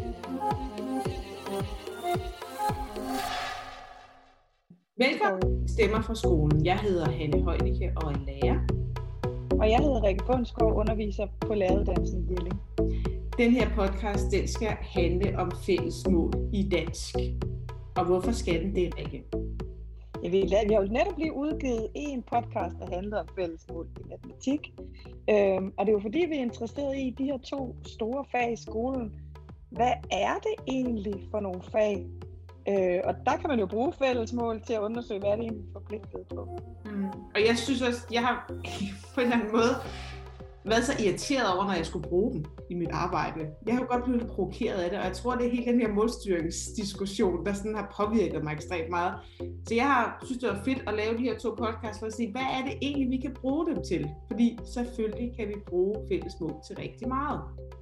Velkommen til Stemmer fra skolen. Jeg hedder Hanne Højnicke og er lærer. Og jeg hedder Rikke Bundsgaard, underviser på læreruddannelsen i Jelling. Den her podcast, den skal handle om fælles mål i dansk. Og hvorfor skal den det, Rikke? Ja, vi har jo netop lige udgivet en podcast, der handler om fælles mål i matematik. Og det er jo fordi, vi er interesseret i de her to store fag i skolen. Hvad er det egentlig for nogle fag? Og der kan man jo bruge fællesmål til at undersøge, hvad det egentlig er forpligtet på. Og jeg synes også, jeg har på en eller anden måde været så irriteret over, når jeg skulle bruge dem i mit arbejde. Jeg har jo godt blevet lidt provokeret af det, og jeg tror, det er hele den her målstyringsdiskussion, der sådan har påvirket mig ekstremt meget. Så jeg har synes, det var fedt at lave de her to podcasts for at se, hvad er det egentlig, vi kan bruge dem til? Fordi selvfølgelig kan vi bruge fællesmål til rigtig meget.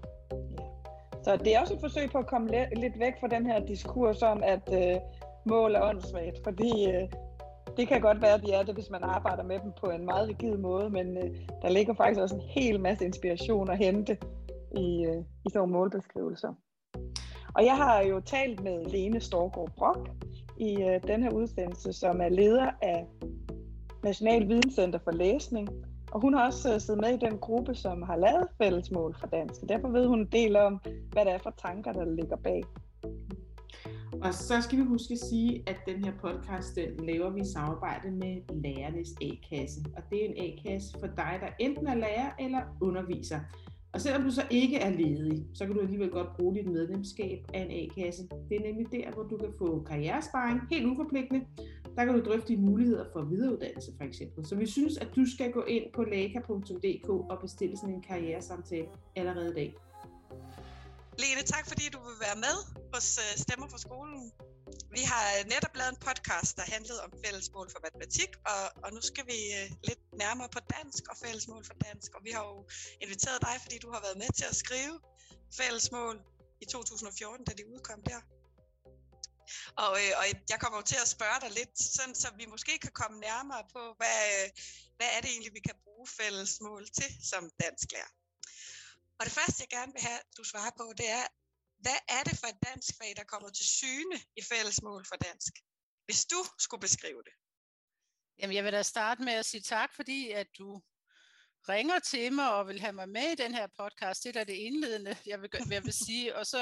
Så det er også et forsøg på at komme lidt væk fra den her diskurs om, at mål er åndssvagt, fordi det kan godt være, at de er det, hvis man arbejder med dem på en meget rigid måde, men der ligger faktisk også en hel masse inspiration at hente i sådan nogle målbeskrivelser. Og jeg har jo talt med Lene Storgård Brock i den her udsendelse, som er leder af National Videnscenter for Læsning. Og hun har også siddet med i den gruppe, som har lavet fællesmål for dansk. Derfor ved hun en del om, hvad der er for tanker, der ligger bag. Og så skal vi huske at sige, at den her podcast, den laver vi i samarbejde med Lærernes A-kasse. Og det er en A-kasse for dig, der enten er lærer eller underviser. Og selvom du så ikke er ledig, så kan du alligevel godt bruge dit medlemskab af en A-kasse. Det er nemlig der, hvor du kan få karrieresparing, helt uforpligtende. Der kan du drøfte dine muligheder for videreuddannelse for eksempel. Så vi synes, at du skal gå ind på laka.dk og bestille sådan en karrieresamtale allerede i dag. Lene, tak fordi du vil være med hos Stemmer fra skolen. Vi har netop lavet en podcast, der handlede om fællesmål for matematik, og nu skal vi lidt nærmere på dansk og fællesmål for dansk. Og vi har jo inviteret dig, fordi du har været med til at skrive fællesmål i 2014, da de udkom der. Og jeg kommer jo til at spørge dig lidt, sådan, så vi måske kan komme nærmere på, hvad er det egentlig, vi kan bruge fællesmål til som dansklærer. Og det første, jeg gerne vil have, du svarer på, det er, hvad er det for et dansk fag, der kommer til syne i fællesmål for dansk? Hvis du skulle beskrive det. Jamen, jeg vil da starte med at sige tak, fordi at du ringer til mig og vil have mig med i den her podcast. Det er da det indledende, jeg vil sige. Og så,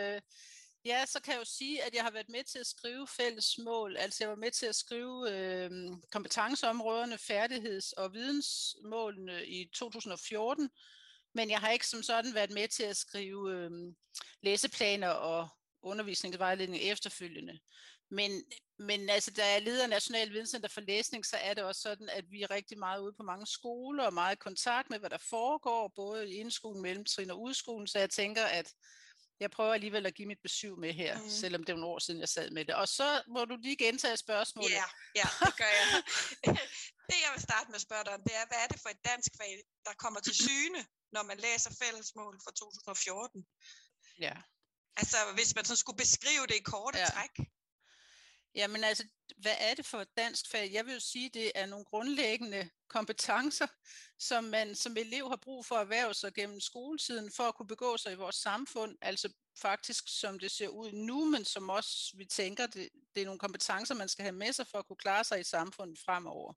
så kan jeg jo sige, at jeg har været med til at skrive fællesmål. Altså, jeg var med til at skrive kompetenceområderne, færdigheds- og vidensmålene i 2014. Men jeg har ikke som sådan været med til at skrive læseplaner og undervisningsvejledning efterfølgende. Men altså, da jeg leder National Videnscenter for Læsning, så er det også sådan, at vi er rigtig meget ude på mange skoler og meget i kontakt med, hvad der foregår, både i indskolen, mellemtrin og udskolen. Så jeg tænker, at jeg prøver alligevel at give mit besøg med her, selvom det er nogle år siden, jeg sad med det. Og så må du lige gentage spørgsmålet. Ja, det gør jeg. Det, jeg vil starte med at spørge dig om, det er, hvad er det for et dansk fag, der kommer til syne, når man læser fællesmål fra 2014? Ja. Altså, hvis man så skulle beskrive det i korte træk. Jamen altså, hvad er det for et dansk fag? Jeg vil jo sige, det er nogle grundlæggende kompetencer, som man som elev har brug for at erhverve sig gennem skoletiden, for at kunne begå sig i vores samfund. Altså faktisk, som det ser ud nu, men som også vi tænker, det er nogle kompetencer, man skal have med sig for at kunne klare sig i samfundet fremover.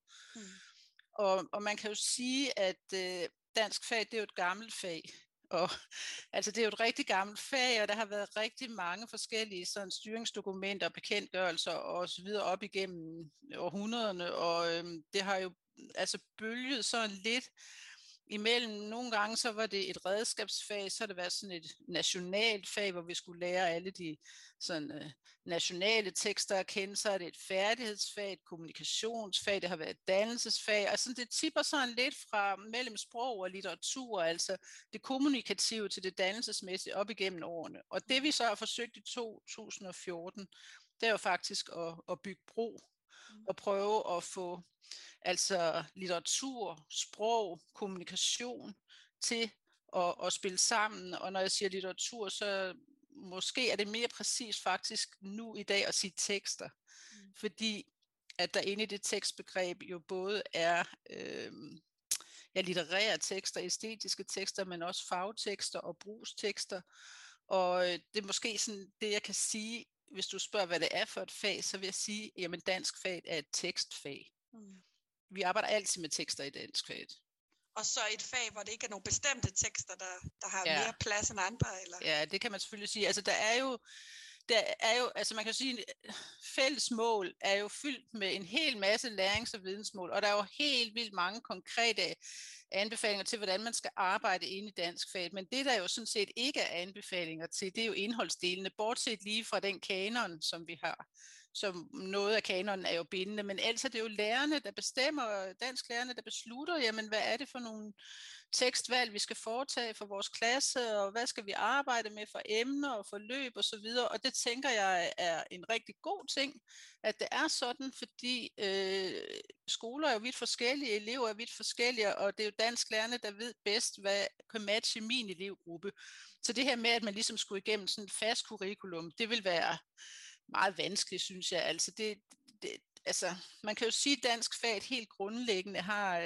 Og man kan jo sige, at dansk fag, det er jo et gammelt fag. Og altså det er jo et rigtig gammelt fag, og der har været rigtig mange forskellige sådan styringsdokumenter, bekendtgørelser og så videre op igennem århundrederne, og det har jo altså bølget sådan lidt imellem. Nogle gange så var det et redskabsfag, så har det været sådan et nationalt fag, hvor vi skulle lære alle de sådan nationale tekster at kende. Så er det et færdighedsfag, et kommunikationsfag, det har været et dannelsesfag. Altså det tipper sådan lidt fra mellem sprog og litteratur, altså det kommunikative til det dannelsesmæssige op igennem årene. Og det vi så har forsøgt i 2014, det er jo faktisk at bygge bro og prøve at få altså litteratur, sprog, kommunikation til at spille sammen. Og når jeg siger litteratur, så måske er det mere præcis faktisk nu i dag at sige tekster. Fordi at der inde i det tekstbegreb jo både er litterære tekster, æstetiske tekster, men også fagtekster og brugstekster. Og det er måske sådan det, jeg kan sige, hvis du spørger, hvad det er for et fag, så vil jeg sige, jamen dansk fag er et tekstfag. Vi arbejder altid med tekster i dansk fag. Og så et fag, hvor det ikke er nogle bestemte tekster, der har mere plads end andre? Eller? Ja, det kan man selvfølgelig sige. Altså, der er jo, altså man kan sige, fælles mål er jo fyldt med en hel masse lærings- og vidensmål, og der er jo helt vildt mange konkrete anbefalinger til, hvordan man skal arbejde inde i dansk fag. Men det, der jo sådan set ikke er anbefalinger til, det er jo indholdsdelene, bortset lige fra den kanon, som vi har. Som noget af kanonen er jo bindende, men ellers er det jo lærerne, der bestemmer, dansklærerne, der beslutter, jamen hvad er det for nogle tekstvalg, vi skal foretage for vores klasse, og hvad skal vi arbejde med for emner og forløb og så videre, og det tænker jeg er en rigtig god ting, at det er sådan, fordi skoler er jo vidt forskellige, elever er vidt forskellige, og det er jo dansklærerne, der ved bedst, hvad kan matche min elevgruppe. Så det her med, at man ligesom skulle igennem sådan et fast curriculum, det vil være meget vanskeligt, synes jeg. Altså, altså man kan jo sige, at dansk fag helt grundlæggende har,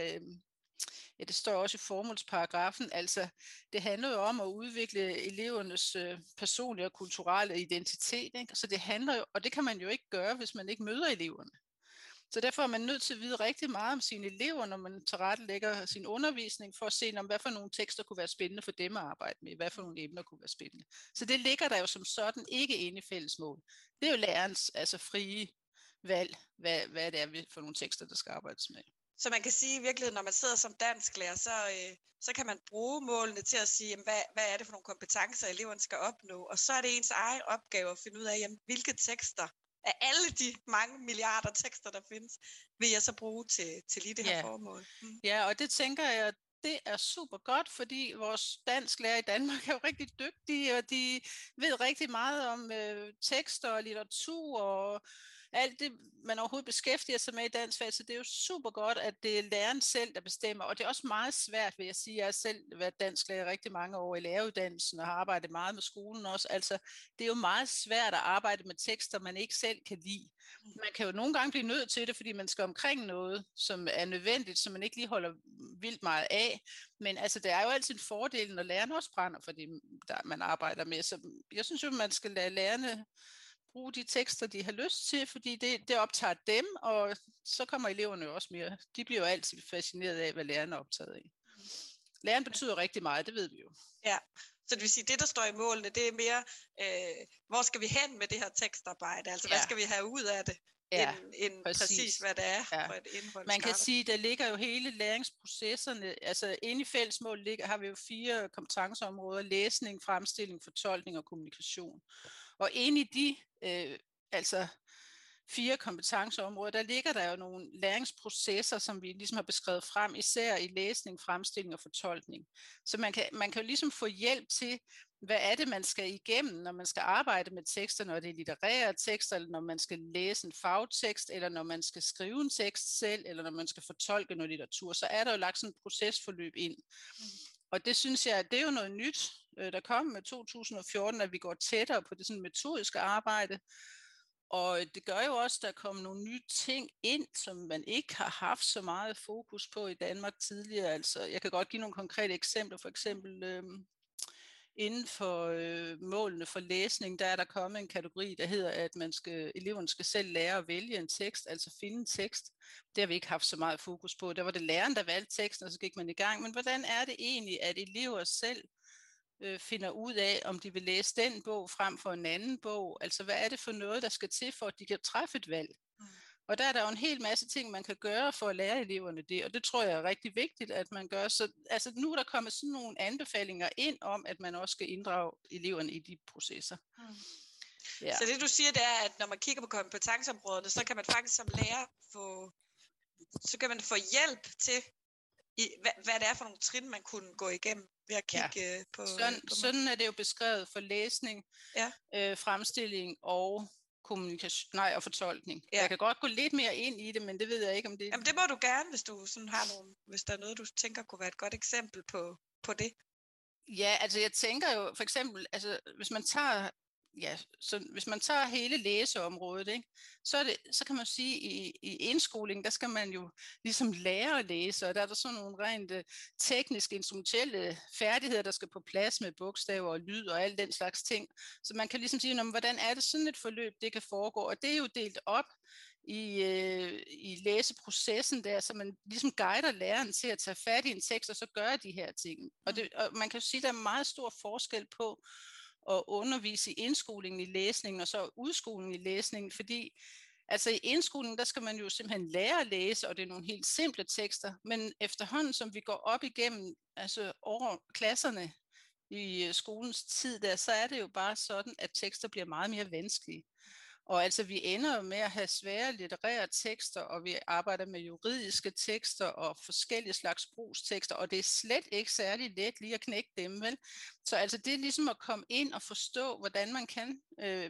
ja, det står også i formålsparagrafen, altså det handler jo om at udvikle elevernes personlige og kulturelle identitet, ikke? Så det handler jo, og det kan man jo ikke gøre, hvis man ikke møder eleverne. Så derfor er man nødt til at vide rigtig meget om sine elever, når man tilrettelægger sin undervisning, for at se, hvad for nogle tekster kunne være spændende for dem at arbejde med, hvad for nogle emner kunne være spændende. Så det ligger der jo som sådan ikke inde i fællesmål. Det er jo lærerens frie valg, hvad det er for nogle tekster, der skal arbejdes med. Så man kan sige i virkeligheden, når man sidder som dansklærer, så kan man bruge målene til at sige, jamen, hvad er det for nogle kompetencer, eleverne skal opnå, og så er det ens egen opgave at finde ud af, jamen, hvilke tekster af alle de mange milliarder tekster, der findes, vil jeg så bruge til lige det her formål. Ja, og det tænker jeg, det er super godt, fordi vores dansklærer i Danmark er jo rigtig dygtige, og de ved rigtig meget om tekster og litteratur og alt det, man overhovedet beskæftiger sig med i dansk fag, så det er jo super godt, at det er læreren selv, der bestemmer, og det er også meget svært, vil jeg sige. Jeg har selv været dansklærer rigtig mange år i læreruddannelsen og har arbejdet meget med skolen også. Altså, det er jo meget svært at arbejde med tekster, man ikke selv kan lide. Man kan jo nogle gange blive nødt til det, fordi man skal omkring noget, som er nødvendigt, som man ikke lige holder vildt meget af. Men altså, det er jo altid en fordel, når lærerne også brænder for det, man arbejder med. Så jeg synes jo, man skal lade lærerne bruge de tekster, de har lyst til, fordi det optager dem, og så kommer eleverne jo også mere. De bliver jo altid fascineret af, hvad lærerne er optaget af. Læreren betyder rigtig meget, det ved vi jo. Ja, så det vil sige, det der står i målene, det er mere, hvor skal vi hen med det her tekstarbejde? Altså, hvad skal vi have ud af det? End præcis, hvad det er for et indhold. Man kan sige, der ligger jo hele læringsprocesserne, altså inde i fællesmål har vi jo 4 kompetenceområder: læsning, fremstilling, fortolkning og kommunikation. Og inde i de 4 kompetenceområder, der ligger der jo nogle læringsprocesser, som vi ligesom har beskrevet frem, især i læsning, fremstilling og fortolkning. Så man kan jo ligesom få hjælp til, hvad er det, man skal igennem, når man skal arbejde med tekster, når det er litterære tekster, eller når man skal læse en fagtekst, eller når man skal skrive en tekst selv, eller når man skal fortolke noget litteratur, så er der jo lagt sådan et procesforløb ind. Og det synes jeg, det er jo noget nyt, der kom med 2014, at vi går tættere på det sådan metodiske arbejde. Og det gør jo også, at der kommer nogle nye ting ind, som man ikke har haft så meget fokus på i Danmark tidligere. Altså, jeg kan godt give nogle konkrete eksempler. For eksempel inden for målene for læsning, der er der kommet en kategori, der hedder, at eleverne skal selv lære at vælge en tekst, altså finde en tekst. Det har vi ikke haft så meget fokus på. Der var det læreren, der valgte teksten, og så gik man i gang. Men hvordan er det egentlig, at elever selv finder ud af, om de vil læse den bog frem for en anden bog? Altså, hvad er det for noget, der skal til, for at de kan træffe et valg? Og der er der jo en hel masse ting, man kan gøre for at lære eleverne det, og det tror jeg er rigtig vigtigt, at man gør. Så altså, nu er der kommet sådan nogle anbefalinger ind om, at man også skal inddrage eleverne i de processer. Ja. Så det du siger, det er, at når man kigger på kompetenceområderne, så kan man faktisk som lærer få hjælp til, hvad det er for nogle trin, man kunne gå igennem ved at kigge på... Sådan er det jo beskrevet for læsning, fremstilling og og fortolkning. Ja. Jeg kan godt gå lidt mere ind i det, men det ved jeg ikke, om det... Jamen det må du gerne, hvis du sådan har hvis der er noget, du tænker kunne være et godt eksempel på det. Ja, altså jeg tænker jo for eksempel, altså hvis man tager ja, så hvis man tager hele læseområdet, ikke, så kan man sige, i indskoling, der skal man jo ligesom lære at læse, og der er der sådan nogle rent tekniske, instrumentelle færdigheder, der skal på plads med bogstaver og lyd og alle den slags ting. Så man kan ligesom sige, hvordan er det sådan et forløb, det kan foregå, og det er jo delt op i læseprocessen der, så man ligesom guider læreren til at tage fat i en tekst, og så gøre de her ting. Og man kan jo sige, at der er meget stor forskel på at undervise i indskolingen i læsningen, og så udskolingen i læsningen, fordi altså i indskolingen, der skal man jo simpelthen lære at læse, og det er nogle helt simple tekster, men efterhånden, som vi går op igennem altså over klasserne i skolens tid der, så er det jo bare sådan, at tekster bliver meget mere vanskelige. Og altså vi ender jo med at have svære litterære tekster, og vi arbejder med juridiske tekster og forskellige slags brugstekster, og det er slet ikke særlig let lige at knække dem, vel? Så altså det er ligesom at komme ind og forstå, hvordan man kan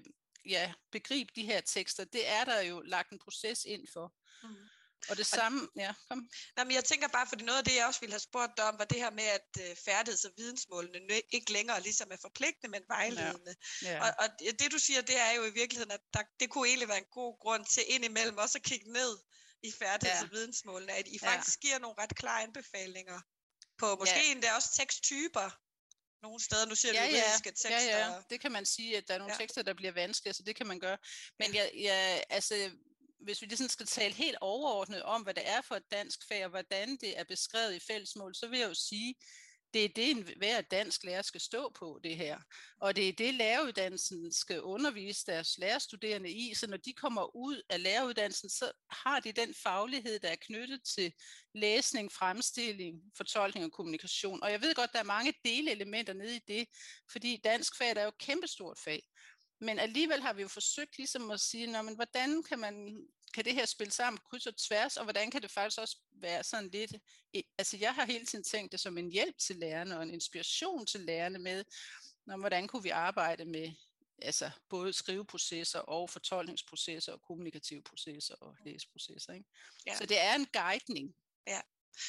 begribe de her tekster. Det er der jo lagt en proces ind for. Mm. Og det samme, ja, kom. Nej, men jeg tænker bare, fordi noget af det, jeg også ville have spurgt dig om, var det her med, at færdigheds- og vidensmålene ikke længere ligesom er forpligtende, men vejledende. Ja. Ja. Og det, du siger, det er jo i virkeligheden, at det kunne egentlig være en god grund til indimellem også at kigge ned i færdigheds- og vidensmålene, at I faktisk giver nogle ret klare anbefalinger på måske endda også teksttyper. Nogle steder, nu siger du juridiske tekster. Ja, det kan man sige, at der er nogle tekster, der bliver vanskelige, så det kan man gøre. Men altså, hvis vi ligesom skal tale helt overordnet om, hvad det er for et dansk fag, og hvordan det er beskrevet i fællesmål, så vil jeg jo sige, det er det, hver dansk lærer skal stå på, det her. Og det er det, læreruddannelsen skal undervise deres lærerstuderende i, så når de kommer ud af læreruddannelsen, så har de den faglighed, der er knyttet til læsning, fremstilling, fortolkning og kommunikation. Og jeg ved godt, der er mange delelementer nede i det, fordi dansk fag er jo et kæmpestort fag. Men alligevel har vi jo forsøgt ligesom at sige, men hvordan kan det her spille sammen på kryds og tværs, og hvordan kan det faktisk også være sådan lidt, altså jeg har hele tiden tænkt det som en hjælp til lærerne, og en inspiration til lærerne med, hvordan kunne vi arbejde med altså både skriveprocesser og fortolkningsprocesser og kommunikative processer og læseprocesser. Ikke? Ja. Så det er en guidning. Ja.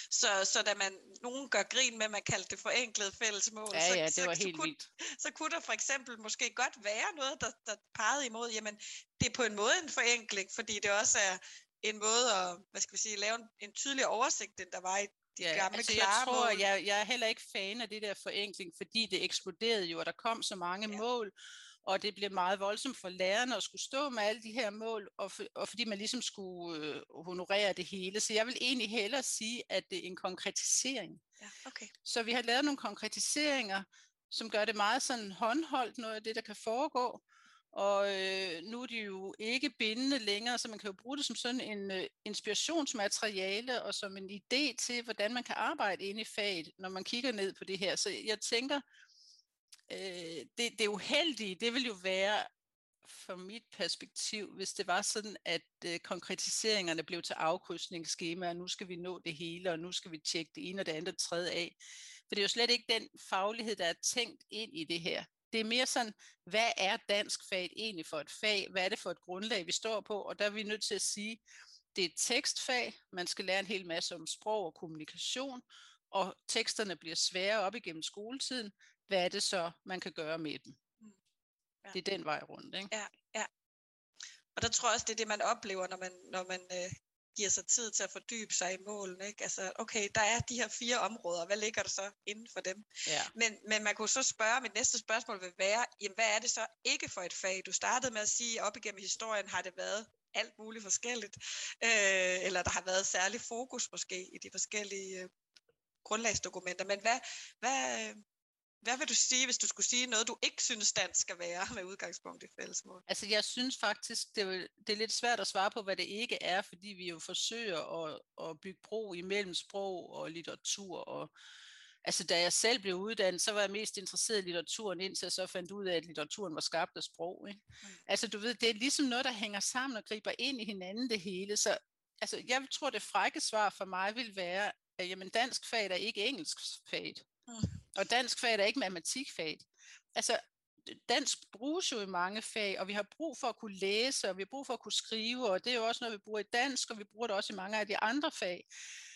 Så da nogen gør grin med, at man kaldte det forenklet fællesmål, det var helt vildt. Så kunne der for eksempel måske godt være noget, der pegede imod, jamen det er på en måde en forenkling, fordi det også er en måde at, lave en tydelig oversigt, end der var i de gamle klare mål. Jeg er heller ikke fan af det der forenkling, fordi det eksploderede jo, og der kom så mange mål, og det blev meget voldsomt for lærerne at skulle stå med alle de her mål, og fordi man ligesom skulle honorere det hele. Så jeg vil egentlig hellere sige, at det er en konkretisering. Ja, okay. Så vi har lavet nogle konkretiseringer, som gør det meget sådan håndholdt, noget af det, der kan foregå. Og nu er de jo ikke bindende længere, så man kan jo bruge det som sådan en inspirationsmateriale og som en idé til, hvordan man kan arbejde inde i faget, når man kigger ned på det her. Så jeg tænker, det uheldige, det vil jo være fra mit perspektiv, hvis det var sådan, at konkretiseringerne blev til afkrydsningsskemaer, nu skal vi nå det hele, og nu skal vi tjekke det ene og det andet og tredje af. For det er jo slet ikke den faglighed, der er tænkt ind i det her. Det er mere sådan, hvad er dansk fag egentlig for et fag? Hvad er det for et grundlag, vi står på? Og der er vi nødt til at sige, det er et tekstfag. Man skal lære en hel masse om sprog og kommunikation, og teksterne bliver svære op igennem skoletiden. Hvad er det så, man kan gøre med dem? Ja. Det er den vej rundt, ikke? Ja. Og der tror jeg også, det er det, man oplever, når man giver sig tid til at fordybe sig i målene, ikke? Altså, okay, der er de her 4 områder, hvad ligger der så inden for dem? Ja. Men man kunne så spørge, mit næste spørgsmål vil være, jamen, hvad er det så ikke for et fag? Du startede med at sige, op igennem historien har det været alt muligt forskelligt, eller der har været særlig fokus måske i de forskellige grundlagsdokumenter, men hvad vil du sige, hvis du skulle sige noget, du ikke synes, dansk skal være med udgangspunkt i fællesmål? Altså jeg synes faktisk, det er lidt svært at svare på, hvad det ikke er, fordi vi jo forsøger at bygge bro imellem sprog og litteratur. Og, altså da jeg selv blev uddannet, så var jeg mest interesseret i litteraturen, indtil jeg så fandt ud af, at litteraturen var skabt af sprog. Ikke? Altså du ved, det er ligesom noget, der hænger sammen og griber ind i hinanden det hele. Så altså, jeg tror, det frække svar for mig vil være, at jamen, dansk fag er ikke engelsk fag. Og dansk fag er ikke matematikfag. Altså, dansk bruges jo i mange fag, og vi har brug for at kunne læse, og vi har brug for at kunne skrive, og det er jo også noget, vi bruger i dansk, og vi bruger det også i mange af de andre fag.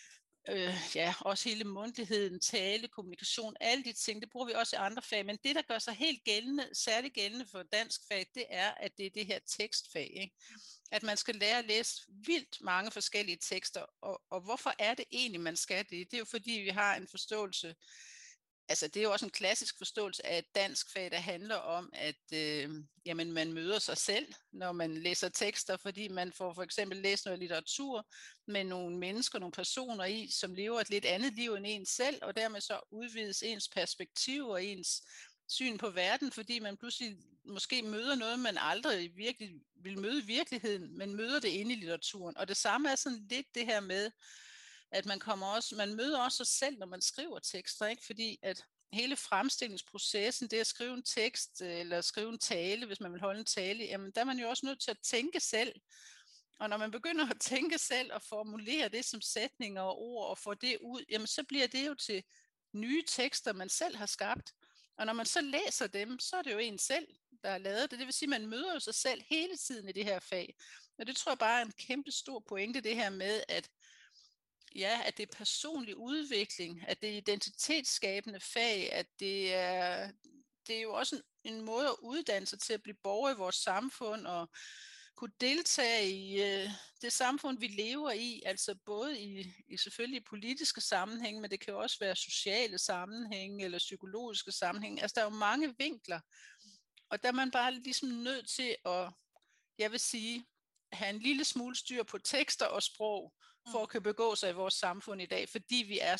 også hele mundtligheden, tale, kommunikation, alle de ting, det bruger vi også i andre fag, men det, der gør sig helt gældende, særligt gældende for dansk fag, det er, at det er det her tekstfag, ikke? At man skal lære at læse vildt mange forskellige tekster, og hvorfor er det egentlig, man skal det? Det er jo fordi, vi har en forståelse, altså det er jo også en klassisk forståelse af et dansk fag, der handler om, at jamen, man møder sig selv, når man læser tekster, fordi man får for eksempel læst noget litteratur med nogle mennesker, nogle personer i, som lever et lidt andet liv end en selv, og dermed så udvides ens perspektiv og ens syn på verden, fordi man pludselig måske møder noget, man aldrig virkelig vil møde i virkeligheden, men møder det inde i litteraturen. Og det samme er sådan lidt det her med, at man møder også sig selv, når man skriver tekster, ikke? Fordi at hele fremstillingsprocessen, det at skrive en tekst eller skrive en tale, hvis man vil holde en tale, jamen der er man jo også nødt til at tænke selv. Og når man begynder at tænke selv og formulere det som sætninger og ord og få det ud, jamen så bliver det jo til nye tekster, man selv har skabt. Og når man så læser dem, så er det jo en selv, der har lavet det. Det vil sige, at man møder jo sig selv hele tiden i det her fag. Og det tror jeg bare er en kæmpe stor pointe, det her med, at det er personlig udvikling, at det er identitetsskabende fag, at det er jo også en måde at uddanne sig til at blive borger i vores samfund og kunne deltage i det samfund, vi lever i, altså både i selvfølgelig politiske sammenhæng, men det kan jo også være sociale sammenhæng eller psykologiske sammenhæng. Altså der er jo mange vinkler, og der er man bare ligesom nødt til at, jeg vil sige, have en lille smule styr på tekster og sprog, for at kunne begå sig i vores samfund i dag, fordi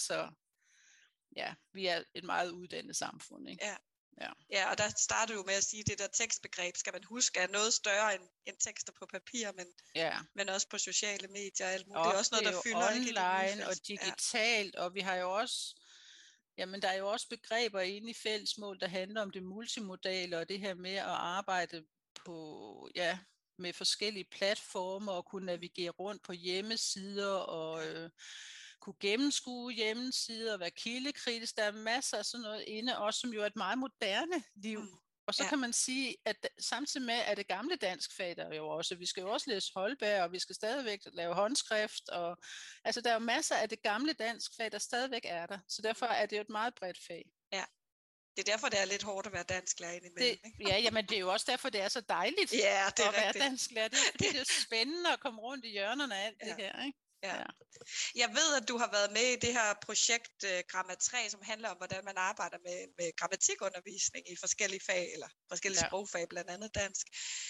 vi er et meget uddannet samfund, ikke? Ja, og der starter jo med at sige, at det der tekstbegreb, skal man huske, er noget større end tekster på papir, men også på sociale medier og alt muligt. Det er også noget, der fylder online og digitalt, og vi har jo også, jamen der er jo også begreber inde i fællesmål, der handler om det multimodale, og det her med at arbejde på, med forskellige platformer og kunne navigere rundt på hjemmesider og kunne gennemskue hjemmesider og være kildekritisk. Der er masser af sådan noget inde, også som jo er et meget moderne liv. Og så kan man sige, at samtidig med, at det gamle dansk fag, der jo også, vi skal jo også læse Holberg, og vi skal stadigvæk lave håndskrift, og altså der er jo masser af det gamle dansk fag, der stadigvæk er der. Så derfor er det jo et meget bredt fag. Ja. Det er derfor, det er lidt hårdt at være dansklærer indimellem. Jamen det er jo også derfor, det er så dejligt at være dansklærer. Det er fordi, det er spændende at komme rundt i hjørnerne af alt det her, ikke? Ja. Jeg ved, at du har været med i det her projekt Gramma 3, som handler om, hvordan man arbejder med grammatikundervisning i forskellige fag, eller forskellige sprogfag, blandt andet dansk.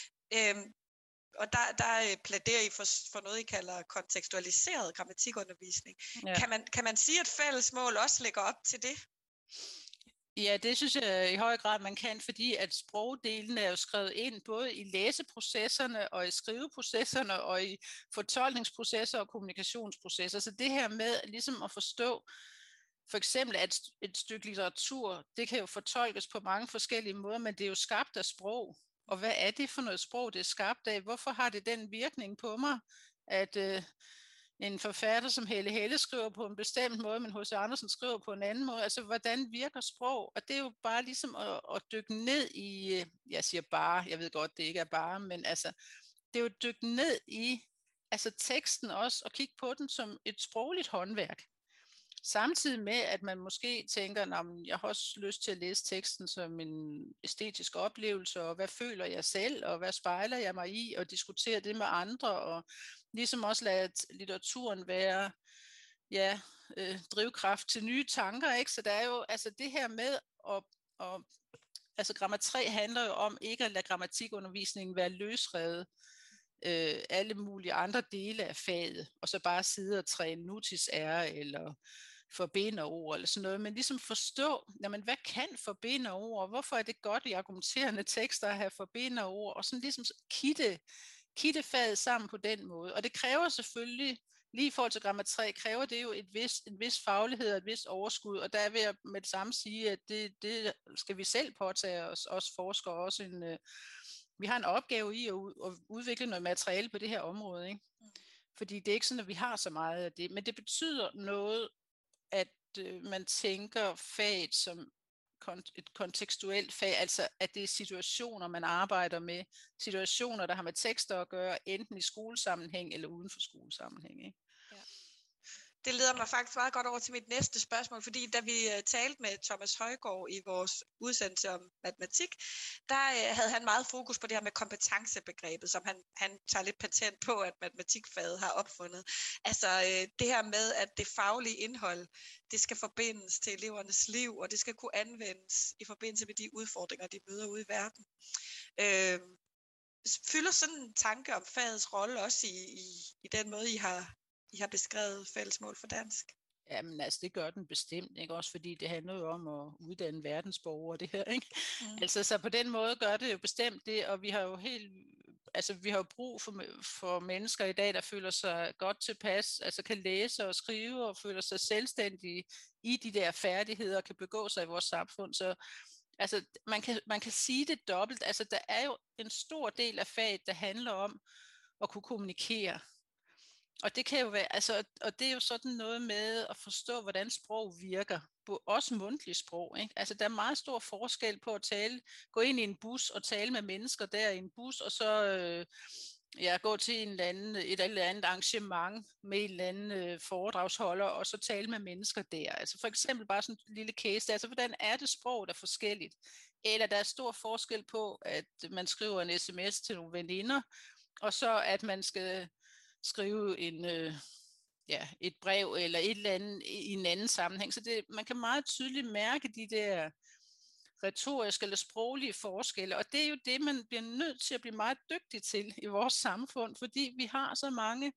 Og der plæderer I for noget, I kalder kontekstualiseret grammatikundervisning. Ja. Kan man sige, at fællesmål også lægger op til det? Ja, det synes jeg i høj grad, man kan, fordi at sprogdelen er jo skrevet ind både i læseprocesserne og i skriveprocesserne og i fortolkningsprocesser og kommunikationsprocesser. Så det her med ligesom at forstå, for eksempel at et stykke litteratur, det kan jo fortolkes på mange forskellige måder, men det er jo skabt af sprog. Og hvad er det for noget sprog, det er skabt af? Hvorfor har det den virkning på mig, at en forfatter som Helle Helle skriver på en bestemt måde, men H.C. Andersen skriver på en anden måde? Altså, hvordan virker sprog? Og det er jo bare ligesom at dykke ned i, jeg siger bare, jeg ved godt, det ikke er bare, men altså, det er jo at dykke ned i teksten også, og kigge på den som et sprogligt håndværk. Samtidig med, at man måske tænker, at jeg har også lyst til at læse teksten som en æstetisk oplevelse, og hvad føler jeg selv, og hvad spejler jeg mig i, og diskutere det med andre, og ligesom også lade litteraturen være drivkraft til nye tanker, ikke? Så der er jo det her med Gramma 3 handler jo om ikke at lade grammatikundervisningen være løsrevet alle mulige andre dele af faget, og så bare sidde og træne nutidsære eller forbinderord eller sådan noget, men ligesom forstå, hvad kan forbinderord, hvorfor er det godt i argumenterende tekster at have forbinderord, og sådan ligesom kitte faget sammen på den måde. Og det kræver selvfølgelig, lige i forhold til Gramma 3, kræver det jo en vis faglighed og et vis overskud, og der vil jeg med det samme sige, at det skal vi selv påtage os forskere også vi har en opgave i at udvikle noget materiale på det her område, ikke? Fordi det er ikke sådan, at vi har så meget af det, men det betyder noget, at man tænker faget som et kontekstuelt fag, altså at det er situationer, man arbejder med, situationer, der har med tekster at gøre, enten i skolesammenhæng eller uden for skolesammenhæng, ikke? Ja. Det leder mig faktisk meget godt over til mit næste spørgsmål, fordi da vi talte med Thomas Højgaard i vores udsendelse om matematik, der havde han meget fokus på det her med kompetencebegrebet, som han tager lidt patent på, at matematikfaget har opfundet. Altså det her med, at det faglige indhold, det skal forbindes til elevernes liv, og det skal kunne anvendes i forbindelse med de udfordringer, de møder ude i verden. Fylder sådan en tanke om fagets rolle også i den måde, I har beskrevet fællesmål for dansk? Jamen altså, det gør den bestemt, ikke? Også fordi det handler jo om at uddanne verdensborgere, det her, ikke? Altså, så på den måde gør det jo bestemt det, og vi har jo vi har jo brug for mennesker i dag, der føler sig godt tilpas, altså kan læse og skrive og føler sig selvstændige i de der færdigheder og kan begå sig i vores samfund. Så altså, man kan sige det dobbelt. Altså, der er jo en stor del af faget, der handler om at kunne kommunikere. Og det kan jo være, altså, og det er jo sådan noget med at forstå, hvordan sprog virker, også mundtligt sprog, ikke? Altså, der er meget stor forskel på at gå ind i en bus og tale med mennesker der i en bus, og så gå til et eller andet arrangement med en eller anden foredragsholder, og så tale med mennesker der. Altså for eksempel bare sådan en lille case, altså hvordan er det sprog, der er forskelligt? Eller der er stor forskel på, at man skriver en sms til nogle veninder, og så at man skal skrive et brev eller et eller andet i en anden sammenhæng. Så man kan meget tydeligt mærke de der retoriske eller sproglige forskelle, og det er jo det, man bliver nødt til at blive meget dygtig til i vores samfund, fordi vi har så mange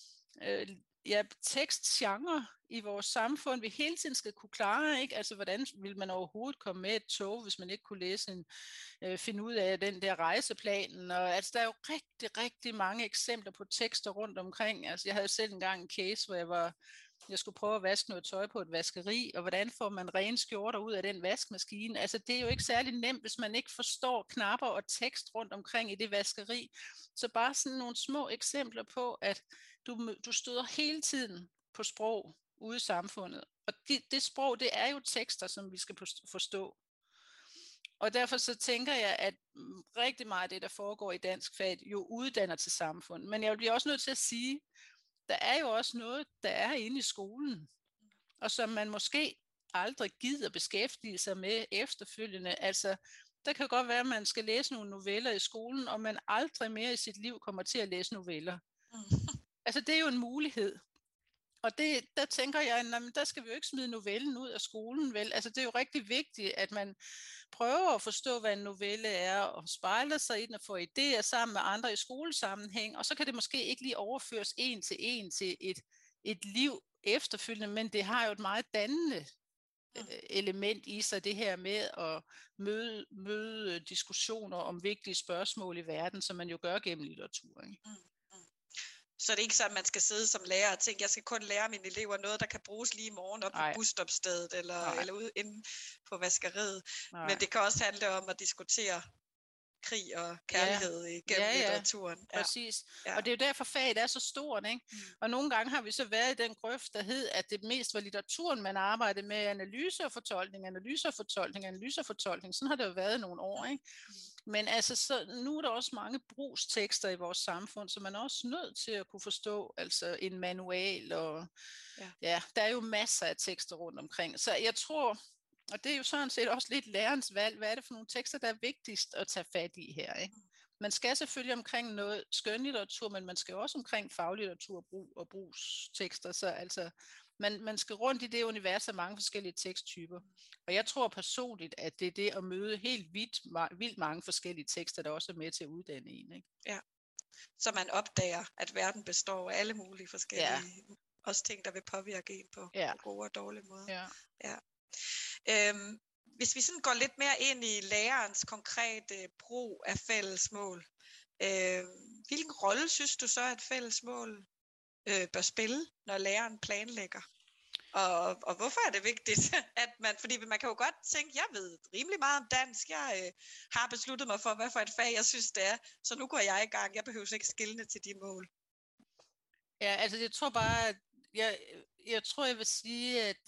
tekstgenre i vores samfund, vi hele tiden skal kunne klare, ikke? Altså, hvordan vil man overhovedet komme med et tog, hvis man ikke kunne finde ud af den der rejseplanen, og altså, der er jo rigtig, rigtig mange eksempler på tekster rundt omkring. Altså, jeg havde selv engang en case, hvor jeg skulle prøve at vaske noget tøj på et vaskeri, og hvordan får man rene skjorter ud af den vaskemaskine? Altså, det er jo ikke særlig nemt, hvis man ikke forstår knapper og tekst rundt omkring i det vaskeri. Så bare sådan nogle små eksempler på, at du støder hele tiden på sprog ude i samfundet. Og det sprog, det er jo tekster, som vi skal forstå. Og derfor så tænker jeg, at rigtig meget af det, der foregår i dansk fag, jo uddanner til samfund. Men jeg bliver også nødt til at sige, der er jo også noget, der er inde i skolen, og som man måske aldrig gider beskæftige sig med efterfølgende. Altså, der kan godt være, at man skal læse nogle noveller i skolen, og man aldrig mere i sit liv kommer til at læse noveller. Altså, det er jo en mulighed. Og der tænker jeg, der skal vi jo ikke smide novellen ud af skolen, vel? Altså, det er jo rigtig vigtigt, at man prøver at forstå, hvad en novelle er, og spejler sig i den og får idéer sammen med andre i skolesammenhæng, og så kan det måske ikke lige overføres en til et liv efterfølgende, men det har jo et meget dannende element i sig, det her med at møde diskussioner om vigtige spørgsmål i verden, som man jo gør gennem litteraturen. Så det er ikke sådan, at man skal sidde som lærer og tænke, jeg skal kun lære mine elever noget, der kan bruges lige i morgen op på busstopstedet eller ude inde på vaskeriet. Nej. Men det kan også handle om at diskutere krig og kærlighed gennem litteraturen. Ja, præcis. Ja. Og det er jo derfor faget er så stort, ikke? Og nogle gange har vi så været i den grøft, der hed, at det mest var litteraturen, man arbejdede med, analyse og fortolkning. Sådan har det jo været i nogle år, ikke? Men altså, så nu er der også mange brugstekster i vores samfund, så man er også nødt til at kunne forstå altså en manual, og der er jo masser af tekster rundt omkring. Så jeg tror, og det er jo sådan set også lidt lærerens valg, hvad er det for nogle tekster, der er vigtigst at tage fat i her, ikke? Man skal selvfølgelig omkring noget skønlitteratur, men man skal også omkring faglitteratur og brugstekster, så altså man skal rundt i det univers af mange forskellige teksttyper. Og jeg tror personligt, at det er det at møde helt vildt mange forskellige tekster, der også er med til at uddanne en, ikke? Ja, så man opdager, at verden består af alle mulige forskellige også ting, der vil påvirke en på gode og dårlige måder. Ja. Hvis vi sådan går lidt mere ind i lærerens konkrete brug af fællesmål, hvilken rolle synes du så, at fællesmål bør spille, når læreren planlægger? Og hvorfor er det vigtigt, at fordi man kan jo godt tænke, jeg ved rimelig meget om dansk, jeg har besluttet mig for, hvad for et fag jeg synes det er, så nu går jeg i gang, jeg behøver ikke skelne til de mål. Ja, altså jeg tror bare, at jeg vil sige, at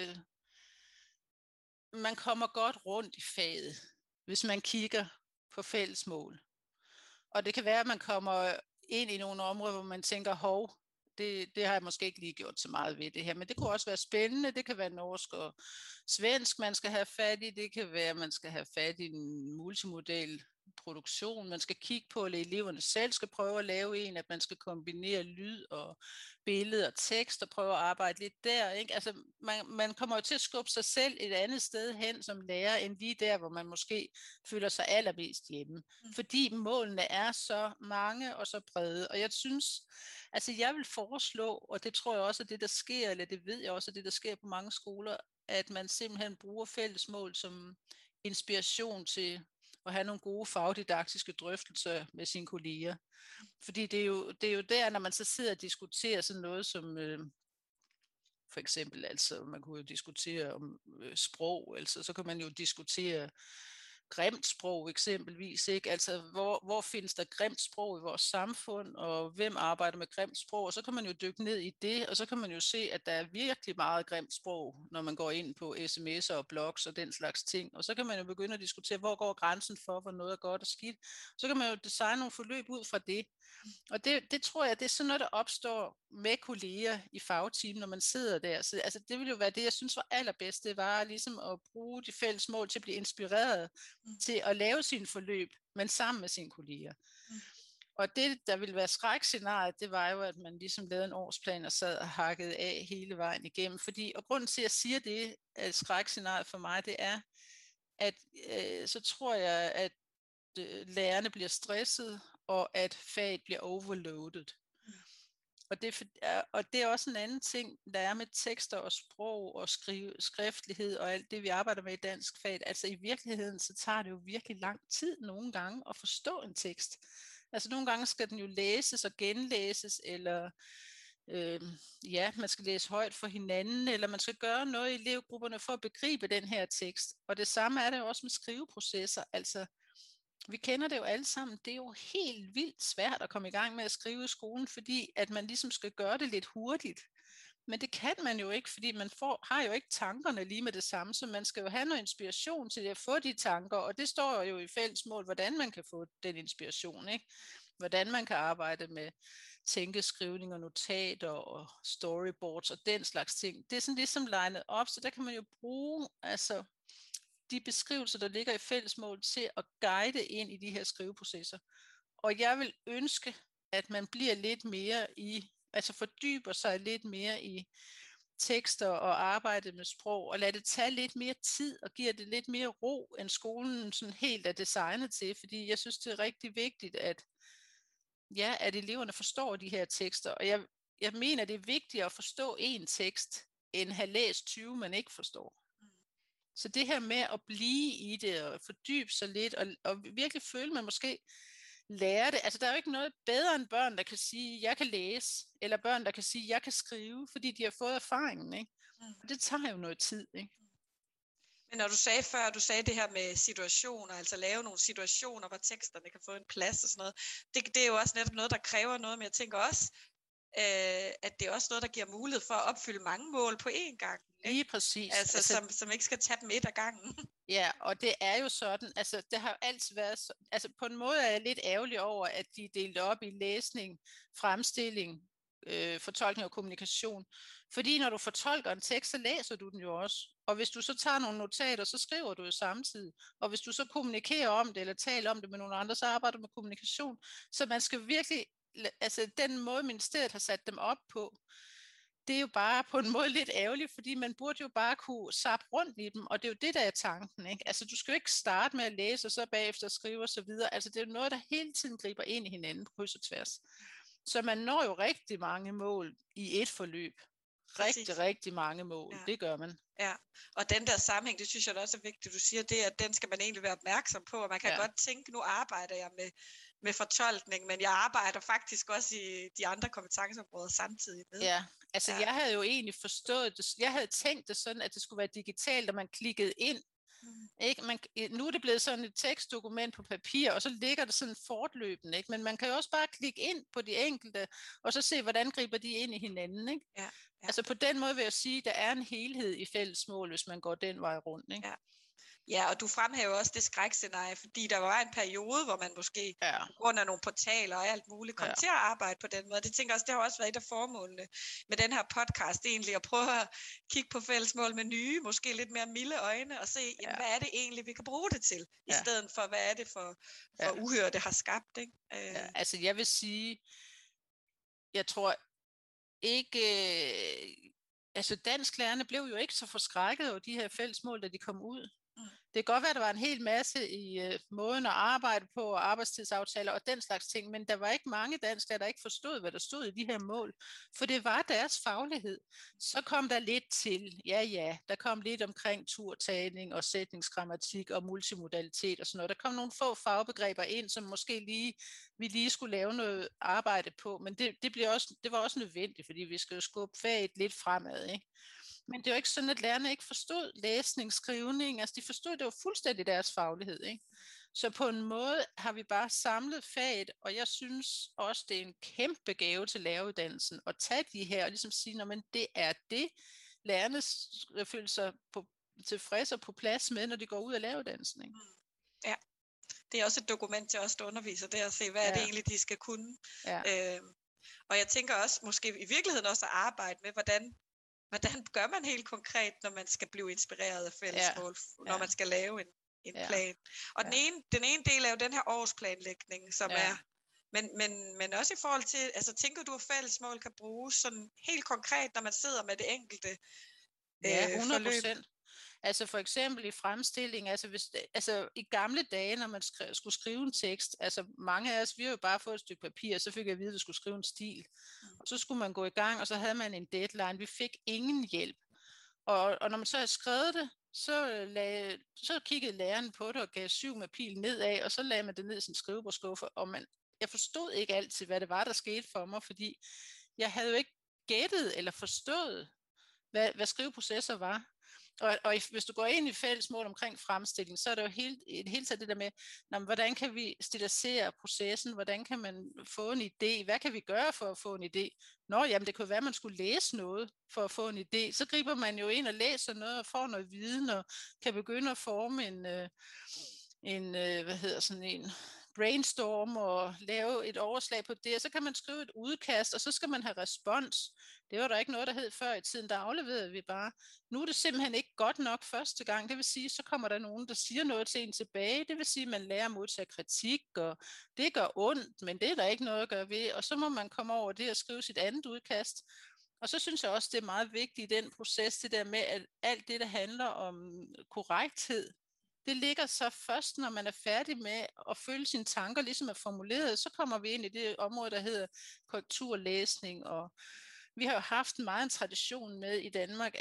man kommer godt rundt i faget, hvis man kigger på fællesmål. Og det kan være, at man kommer ind i nogle områder, hvor man tænker, Det har jeg måske ikke lige gjort så meget ved det her, men det kunne også være spændende. Det kan være norsk og svensk, man skal have fat i. Det kan være, at man skal have fat i en multimodal produktion. Man skal kigge på, at eleverne selv skal prøve at lave en, at man skal kombinere lyd og billede og tekst og prøve at arbejde lidt der. Ikke? Altså, man kommer jo til at skubbe sig selv et andet sted hen som lærer, end lige der, hvor man måske føler sig allermest hjemme. Fordi målene er så mange og så brede. Og jeg synes, altså jeg vil foreslå, og det tror jeg også er det, der sker, eller det ved jeg også er det, der sker på mange skoler, at man simpelthen bruger fælles mål som inspiration til at have nogle gode fagdidaktiske drøftelser med sine kolleger. Fordi det er jo der, når man så sidder og diskuterer sådan noget som for eksempel, altså man kunne jo diskutere om sprog, altså så kan man jo diskutere grimt sprog eksempelvis, ikke? Altså hvor findes der grimt sprog i vores samfund, og hvem arbejder med grimt sprog, og så kan man jo dykke ned i det, og så kan man jo se, at der er virkelig meget grimt sprog, når man går ind på sms'er og blogs og den slags ting, og så kan man jo begynde at diskutere, hvor går grænsen for, hvor noget er godt og skidt, så kan man jo designe nogle forløb ud fra det, og det tror jeg, det er sådan noget, der opstår med kolleger i fagteam, når man sidder der, så altså det ville jo være det, jeg synes var allerbedst, det var ligesom at bruge de fælles mål til at blive inspireret til at lave sine forløb, men sammen med sine kolleger. Og det, der ville være skrækscenariet, det var jo, at man ligesom lavede en årsplan og sad og hakkede af hele vejen igennem. Og grunden til, at jeg siger det, at skrækscenariet for mig, det er, at så tror jeg, at lærerne bliver stresset, og at faget bliver overloadet. Og det er også en anden ting, der er med tekster og sprog og skriftlighed og alt det, vi arbejder med i dansk fag. Altså i virkeligheden, så tager det jo virkelig lang tid nogle gange at forstå en tekst. Altså nogle gange skal den jo læses og genlæses, eller man skal læse højt for hinanden, eller man skal gøre noget i elevgrupperne for at begribe den her tekst. Og det samme er det jo også med skriveprocesser. Altså vi kender det jo alle sammen, det er jo helt vildt svært at komme i gang med at skrive i skolen, fordi at man ligesom skal gøre det lidt hurtigt. Men det kan man jo ikke, fordi man har jo ikke tankerne lige med det samme, så man skal jo have noget inspiration til at få de tanker, og det står jo i fælles mål, hvordan man kan få den inspiration, ikke? Hvordan man kan arbejde med tænkeskrivning og notater og storyboards og den slags ting. Det er sådan ligesom legnet op, så der kan man jo bruge altså de beskrivelser, der ligger i fællesmål til at guide ind i de her skriveprocesser. Og jeg vil ønske, at man bliver lidt mere altså fordyber sig lidt mere i tekster og arbejde med sprog, og lade det tage lidt mere tid, og giver det lidt mere ro, end skolen sådan helt er designet til, fordi jeg synes, det er rigtig vigtigt, at eleverne forstår de her tekster, og jeg mener, det er vigtigt at forstå en tekst, end have læst 20, man ikke forstår. Så det her med at blive i det, og fordybe sig lidt, og virkelig føle, man måske lærer det. Altså der er jo ikke noget bedre end børn, der kan sige, jeg kan læse, eller børn, der kan sige, jeg kan skrive, fordi de har fået erfaringen, ikke? Og det tager jo noget tid, ikke? Men når du sagde før, det her med situationer, altså lave nogle situationer, hvor teksterne kan få en plads og sådan noget, det er jo også netop noget, der kræver noget, men jeg tænker også, at det er også noget, der giver mulighed for at opfylde mange mål på én gang. Ikke? Lige præcis. Altså som ikke skal tage dem et ad gangen. Ja, og det er jo sådan, altså det har jo altid været, altså på en måde er jeg lidt ærgerlig over, at de er delt op i læsning, fremstilling, fortolkning og kommunikation. Fordi når du fortolker en tekst, så læser du den jo også. Og hvis du så tager nogle notater, så skriver du jo samtidig. Og hvis du så kommunikerer om det, eller taler om det med nogle andre, så arbejder du med kommunikation. Så man skal virkelig, altså den måde ministeriet har sat dem op på, det er jo bare på en måde lidt ærgerligt, fordi man burde jo bare kunne sappe rundt i dem, og det er jo det, der er tanken, ikke? Altså du skal jo ikke starte med at læse, og så bagefter skrive og så videre. Altså det er jo noget, der hele tiden griber ind i hinanden på kryds og tværs. Så man når jo rigtig mange mål i et forløb. Rigtig mange mål. Ja. Det gør man. Ja, og den der sammenhæng, det synes jeg også er vigtigt, du siger det, at den skal man egentlig være opmærksom på, og man kan godt tænke, nu arbejder jeg med fortolkning, men jeg arbejder faktisk også i de andre kompetenceområder samtidig med. Ja, altså jeg havde jo egentlig forstået det, jeg havde tænkt det sådan, at det skulle være digitalt, og man klikkede ind. Ikke? Nu er det blevet sådan et tekstdokument på papir, og så ligger det sådan fortløbende, ikke? Men man kan jo også bare klikke ind på de enkelte, og så se, hvordan griber de ind i hinanden, ikke? Altså på den måde vil jeg sige, at der er en helhed i fællesmål, hvis man går den vej rundt. Ikke? Ja. Ja, og du fremhæver også det skrækscenarie, fordi der var en periode, hvor man måske på grund af nogle portaler og alt muligt kom til at arbejde på den måde. Det tænker jeg også, det har også været et af formålene med den her podcast egentlig, at prøve at kigge på fællesmål med nye, måske lidt mere milde øjne, og se, jamen, hvad er det egentlig, vi kan bruge det til, i stedet for, hvad er det for uhyre, det har skabt. Ikke? Altså jeg vil sige, jeg tror ikke... Altså dansklærerne blev jo ikke så forskrækket over de her fællesmål, da de kom ud. Det kan godt være, at der var en hel masse i måden at arbejde på, og arbejdstidsaftaler og den slags ting, men der var ikke mange danskere, der ikke forstod, hvad der stod i de her mål, for det var deres faglighed. Så kom der lidt til, der kom lidt omkring turtagning og sætningsgrammatik og multimodalitet og sådan noget. Der kom nogle få fagbegreber ind, som måske vi lige skulle lave noget arbejde på, men det var også nødvendigt, fordi vi skal jo skubbe faget lidt fremad, ikke? Men det er jo ikke sådan, at lærerne ikke forstod læsning, skrivning. Altså de forstod, det var fuldstændig deres faglighed. Ikke? Så på en måde har vi bare samlet faget, og jeg synes også, det er en kæmpe gave til læreruddannelsen at tage de her og ligesom sige, men det er det, lærerne føler sig tilfreds og på plads med, når de går ud af læreruddannelsen. Ikke? Ja, det er også et dokument til os, der underviser det, at se, hvad er det egentlig, de skal kunne. Ja. Og jeg tænker også, måske i virkeligheden også at arbejde med, hvordan gør man helt konkret, når man skal blive inspireret af fællesmål, når man skal lave en plan. Og den ene del er jo den her årsplanlægning, som er, men også i forhold til, altså tænker du, at fællesmål kan bruges sådan helt konkret, når man sidder med det enkelte Ja, 100%. forløb? Altså for eksempel i fremstilling, altså i gamle dage, når man skulle skrive en tekst, altså mange af os, vi har jo bare fået et stykke papir, så fik jeg at vide, at vi skulle skrive en stil. Og så skulle man gå i gang, og så havde man en deadline. Vi fik ingen hjælp. Og når man så havde skrevet det, så kiggede læreren på det og gav 7 med pil nedad, og så lagde man det ned i sin skrivebordskuffe, og jeg forstod ikke altid, hvad det var, der skete for mig, fordi jeg havde jo ikke gættet eller forstået, hvad skriveprocesser var. Og hvis du går ind i fællesmål omkring fremstilling, så er det jo helt taget det der med, hvordan kan vi stilisere processen, hvordan kan man få en idé, hvad kan vi gøre for at få en idé? Jamen det kunne være, at man skulle læse noget for at få en idé. Så griber man jo ind og læser noget og får noget viden og kan begynde at forme en brainstorm og lave et overslag på det, og så kan man skrive et udkast, og så skal man have respons. Det var der ikke noget, der hed før i tiden, der afleverede vi bare. Nu er det simpelthen ikke godt nok første gang, det vil sige, så kommer der nogen, der siger noget til en tilbage, det vil sige, at man lærer at modtage kritik, og det gør ondt, men det er der ikke noget at gøre ved, og så må man komme over det og skrive sit andet udkast. Og så synes jeg også, det er meget vigtigt i den proces, det der med, at alt det, der handler om korrekthed, det ligger så først, når man er færdig med at følge sine tanker, ligesom er formuleret, så kommer vi ind i det område, der hedder korrekturlæsning, og vi har jo haft meget en tradition med i Danmark,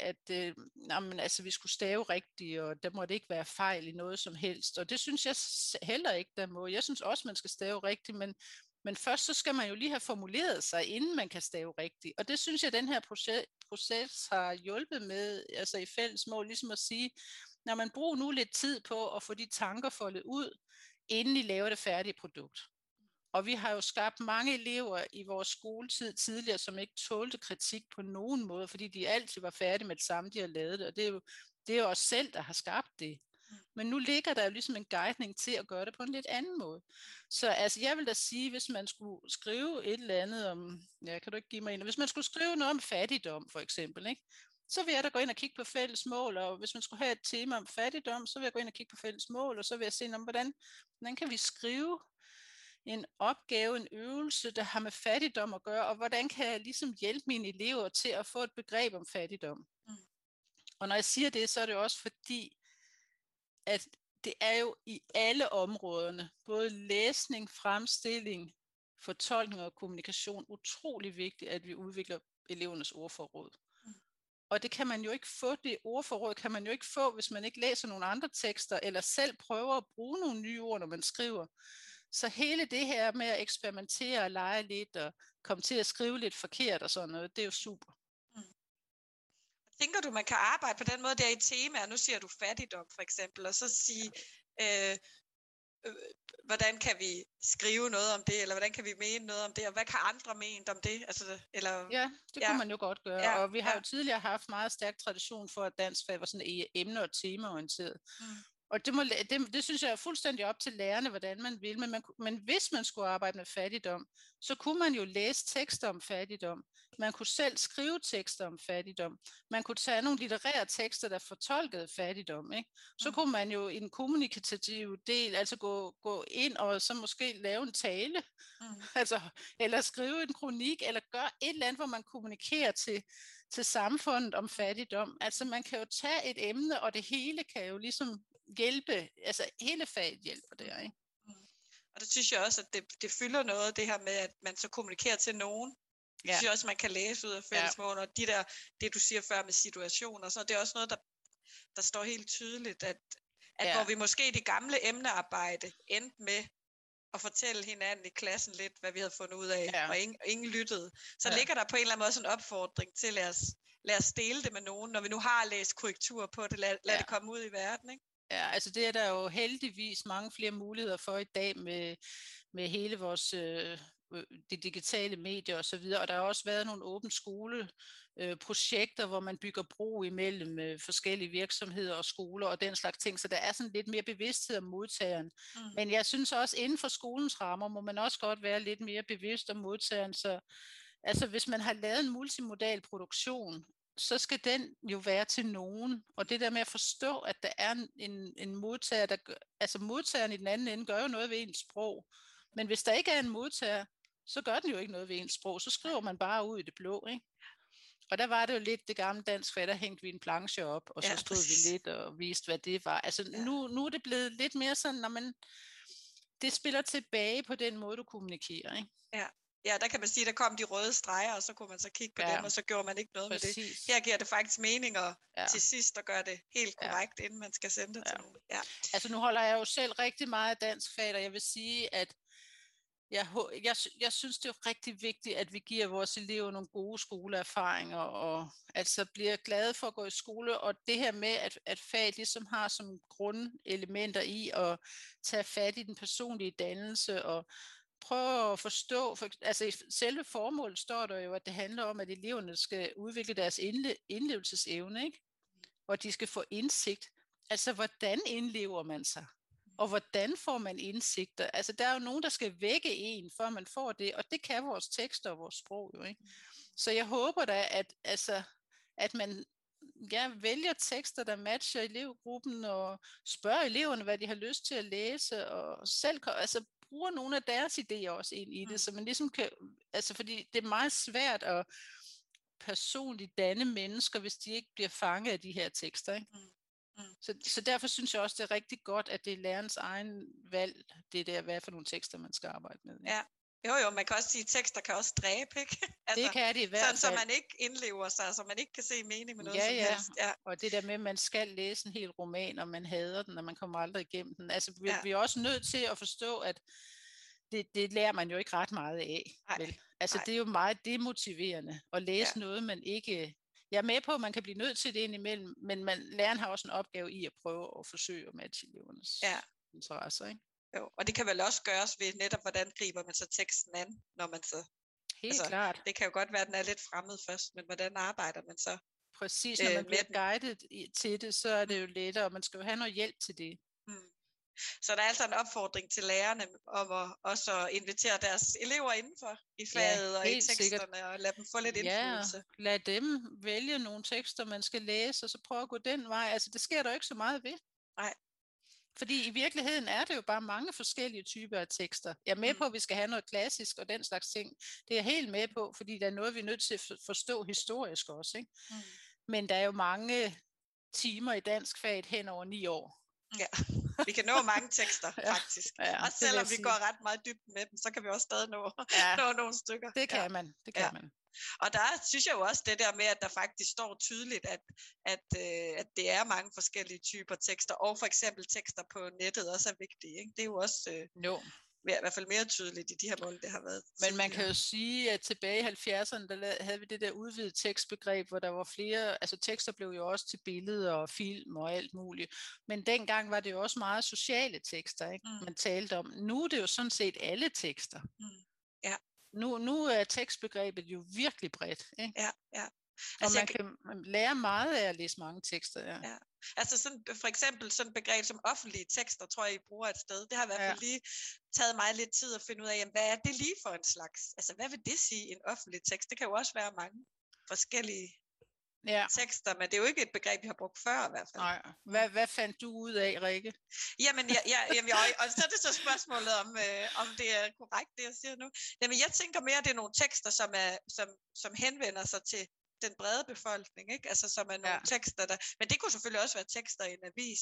at vi skulle stave rigtigt, og der må det ikke være fejl i noget som helst, og det synes jeg heller ikke, der må. Jeg synes også, man skal stave rigtigt, men først så skal man jo lige have formuleret sig, inden man kan stave rigtigt, og det synes jeg, den her proces har hjulpet med, altså i fællesmål, ligesom at sige, når man bruger nu lidt tid på at få de tanker foldet ud, inden I laver det færdige produkt. Og vi har jo skabt mange elever i vores skoletid tidligere, som ikke tålte kritik på nogen måde, fordi de altid var færdige med det samme, de har lavet det. Og det er jo os selv, der har skabt det. Men nu ligger der jo ligesom en guidning til at gøre det på en lidt anden måde. Så altså, jeg vil da sige, hvis man skulle skrive et eller andet om, kan du ikke give mig en, hvis man skulle skrive noget om fattigdom for eksempel, ikke? Så vil jeg da gå ind og kigge på fælles mål, og hvis man skulle have et tema om fattigdom, så vil jeg gå ind og kigge på fælles mål, og så vil jeg se, hvordan kan vi skrive en opgave, en øvelse, der har med fattigdom at gøre, og hvordan kan jeg ligesom hjælpe mine elever til at få et begreb om fattigdom. Og når jeg siger det, så er det også fordi, at det er jo i alle områderne, både læsning, fremstilling, fortolkning og kommunikation, utrolig vigtigt, at vi udvikler elevernes ordforråd. Og det kan man jo ikke få, det ordforråd kan man jo ikke få, hvis man ikke læser nogle andre tekster, eller selv prøver at bruge nogle nye ord, når man skriver. Så hele det her med at eksperimentere og lege lidt, og komme til at skrive lidt forkert og sådan noget, det er jo super. Tænker du, man kan arbejde på den måde der i temaer? Nu siger du fattigdom for eksempel, og så sige, hvordan kan vi skrive noget om det, eller hvordan kan vi mene noget om det, og hvad kan andre mene om det? Altså, eller, Ja, det kunne man jo godt gøre, Ja, og vi har ja. jo tidligere haft meget stærk tradition for, at dansk fag var sådan emne- og temaorienteret. Og det synes jeg er fuldstændig op til lærerne, hvordan man vil, men hvis man skulle arbejde med fattigdom, så kunne man jo læse tekster om fattigdom. Man kunne selv skrive tekster om fattigdom. Man kunne tage nogle litterære tekster, der fortolkede fattigdom. Ikke? Så kunne man jo i den kommunikative del altså gå ind og så måske lave en tale, altså, eller skrive en kronik, eller gøre et eller andet, hvor man kommunikerer til samfundet om fattigdom. Altså man kan jo tage et emne, og det hele kan jo ligesom hjælpe, altså hele faget hjælper der, ikke? Og det synes jeg også, at det fylder noget, det her med, at man så kommunikerer til nogen. Ja. Det synes jeg også, man kan læse ud af fællesmål, og det du siger før med situationer, så det er også noget, der står helt tydeligt, at hvor vi måske i det gamle emnearbejde endte med at fortælle hinanden i klassen lidt, hvad vi havde fundet ud af, og ingen lyttede, så ligger der på en eller anden måde sådan en opfordring til, lad os dele det med nogen, når vi nu har læst korrektur på det, lad det komme ud i verden, ikke? Ja, altså det er der jo heldigvis mange flere muligheder for i dag med hele vores de digitale medier og så videre, og der har også været nogle åbne skoleprojekter, hvor man bygger bro imellem forskellige virksomheder og skoler og den slags ting, så der er sådan lidt mere bevidsthed om modtageren. Men jeg synes også, inden for skolens rammer må man også godt være lidt mere bevidst om modtageren, så altså hvis man har lavet en multimodal produktion, så skal den jo være til nogen. Og det der med at forstå, at der er en modtager, altså modtageren i den anden ende gør jo noget ved ens sprog. Men hvis der ikke er en modtager, så gør den jo ikke noget ved ens sprog. Så skriver man bare ud i det blå, ikke? Og der var det jo lidt det gamle dansk fag, der hængte vi en planche op, og så stod vi lidt og viste, hvad det var. Altså nu er det blevet lidt mere sådan, når man det spiller tilbage på den måde, du kommunikerer, ikke? Ja, der kan man sige, der kom de røde streger, og så kunne man så kigge på dem, og så gjorde man ikke noget med det. Her giver det faktisk mening til sidst at gøre det helt korrekt, inden man skal sende det til nogen. Ja. Altså nu holder jeg jo selv rigtig meget af dansk fag, og jeg vil sige, at jeg synes, det er rigtig vigtigt, at vi giver vores elever nogle gode skoleerfaringer, og altså bliver glade for at gå i skole, og det her med, at faget ligesom har som grundelementer i at tage fat i den personlige dannelse, og prøve at forstå, altså i selve formålet står der jo, at det handler om, at eleverne skal udvikle deres indlevelsesevne, ikke? Og de skal få indsigt. Altså, hvordan indlever man sig? Og hvordan får man indsigter? Altså, der er jo nogen, der skal vække en, før man får det, og det kan vores tekster og vores sprog jo, ikke? Så jeg håber da, at man vælger tekster, der matcher elevgruppen, og spørger eleverne, hvad de har lyst til at læse, og selv bruger nogle af deres idéer også ind i det, så man ligesom kan, altså fordi det er meget svært at personligt danne mennesker, hvis de ikke bliver fanget af de her tekster, ikke? Så derfor synes jeg også, det er rigtig godt, at det er lærerens egen valg, det der, hvad for nogle tekster, man skal arbejde med. Ikke? Ja. Jo, man kan også sige, at tekster kan også dræbe, ikke? Altså, det kan det i hvert fald. Så man ikke indlever sig, så man ikke kan se mening med noget som helst. Ja, og det der med, at man skal læse en hel roman, og man hader den, og man kommer aldrig igennem den. Altså, vi er også nødt til at forstå, at det lærer man jo ikke ret meget af. Vel? Altså, det er jo meget demotiverende at læse noget, man ikke... Jeg er med på, at man kan blive nødt til det indimellem, men læreren har også en opgave i at prøve at forsøge at matche elevernes interesser, ikke? Jo, og det kan vel også gøres ved netop, hvordan griber man så teksten an, når man så... Helt klart. Det kan jo godt være, at den er lidt fremmed først, men hvordan arbejder man så? Præcis, når man bliver guidet til det, så er det jo lettere, og man skal jo have noget hjælp til det. Så der er altså en opfordring til lærerne om at også invitere deres elever indenfor i faget og i teksterne, sikkert. Og lade dem få lidt indflydelse. Lad dem vælge nogle tekster, man skal læse, og så prøve at gå den vej. Altså, det sker der jo ikke så meget ved. Nej. Fordi i virkeligheden er det jo bare mange forskellige typer af tekster. Jeg er med på, at vi skal have noget klassisk og den slags ting. Det er jeg helt med på, fordi der er noget, vi er nødt til at forstå historisk også. Ikke? Men der er jo mange timer i dansk fag hen over 9 år. Ja, vi kan nå mange tekster faktisk. Også selvom vi går ret meget dybt med dem, så kan vi også stadig nå nogle stykker. Det kan man, det kan man. Og der synes jeg jo også det der med, at der faktisk står tydeligt, at det er mange forskellige typer tekster, og for eksempel tekster på nettet også er vigtige. Ikke? Det er jo også i hvert fald mere tydeligt i de her mål, det har været. Men man kan jo sige, at tilbage i 70'erne, der havde vi det der udvidede tekstbegreb, hvor der var flere, altså tekster blev jo også til billeder og film og alt muligt. Men dengang var det jo også meget sociale tekster, ikke? Man talte om. Nu er det jo sådan set alle tekster. Ja. Nu er tekstbegrebet jo virkelig bredt, ikke? Ja. Og man kan lære meget af at læse mange tekster, ja. Altså sådan, for eksempel sådan et begreb som offentlige tekster, tror jeg, I bruger et sted. Det har i hvert fald lige taget mig lidt tid at finde ud af, jamen, hvad er det lige for en slags? Altså, hvad vil det sige, en offentlig tekst? Det kan jo også være mange forskellige tekster, men det er jo ikke et begreb, vi har brugt før i hvert fald. Nej. Hvad fandt du ud af, Rikke? Jamen, og så er det så spørgsmålet om det er korrekt, det jeg siger nu. Jamen, jeg tænker mere, at det er nogle tekster, som henvender sig til den brede befolkning, ikke? Altså som er nogle tekster der, men det kunne selvfølgelig også være tekster i en avis.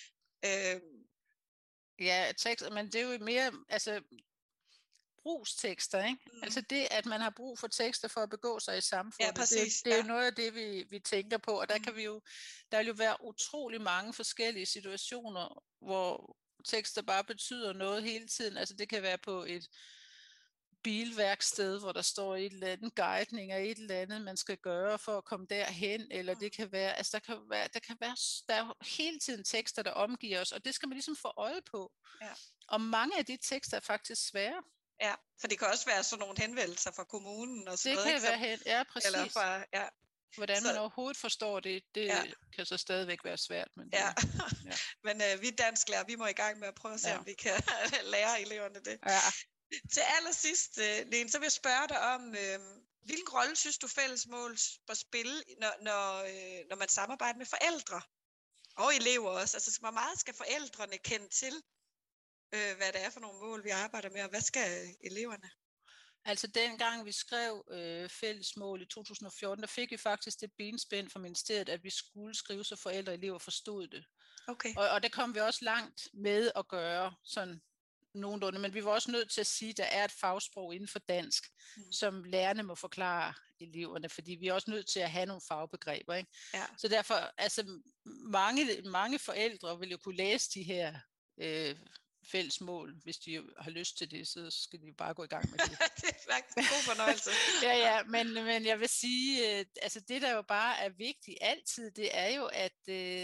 Ja, tekster, men det er jo mere, altså brugstekster, ikke? Altså det, at man har brug for tekster for at begå sig i samfundet, det er jo noget af det, vi tænker på, og der vil jo være utrolig mange forskellige situationer, hvor tekster bare betyder noget hele tiden. Altså det kan være på et bilværksted, hvor der står et eller andet guidning af et eller andet, man skal gøre for at komme derhen, eller det kan være, altså der er jo hele tiden tekster, der omgiver os, og det skal man ligesom få øje på. Ja. Og mange af de tekster er faktisk svære. Ja, for det kan også være sådan nogle henvendelser fra kommunen og sådan noget. Det kan være præcis. Eller fra, hvordan man overhovedet forstår det, kan så stadigvæk være svært. Men, men vi dansklærer, vi må i gang med at prøve at se, om vi kan lære eleverne det. Ja. Til allersidst, Lene, så vil jeg spørge dig om, hvilken rolle synes du fællesmål bør spille, når man samarbejder med forældre og elever også? Altså, hvor meget skal forældrene kende til, hvad det er for nogle mål, vi arbejder med, og hvad skal eleverne? Altså, dengang vi skrev fællesmål i 2014, der fik vi faktisk det benspænd fra ministeriet, at vi skulle skrive, så forældre og elever forstod det. Okay. Og det kom vi også langt med at gøre, sådan nogenlunde, men vi var også nødt til at sige, at der er et fagsprog inden for dansk, som lærerne må forklare eleverne, fordi vi er også nødt til at have nogle fagbegreber, ikke? Ja. Så derfor, altså mange forældre vil jo kunne læse de her fællesmål, hvis de har lyst til det, så skal de bare gå i gang med det. Det er faktisk en god fornøjelse. men jeg vil sige, altså det der jo bare er vigtigt altid, det er jo, at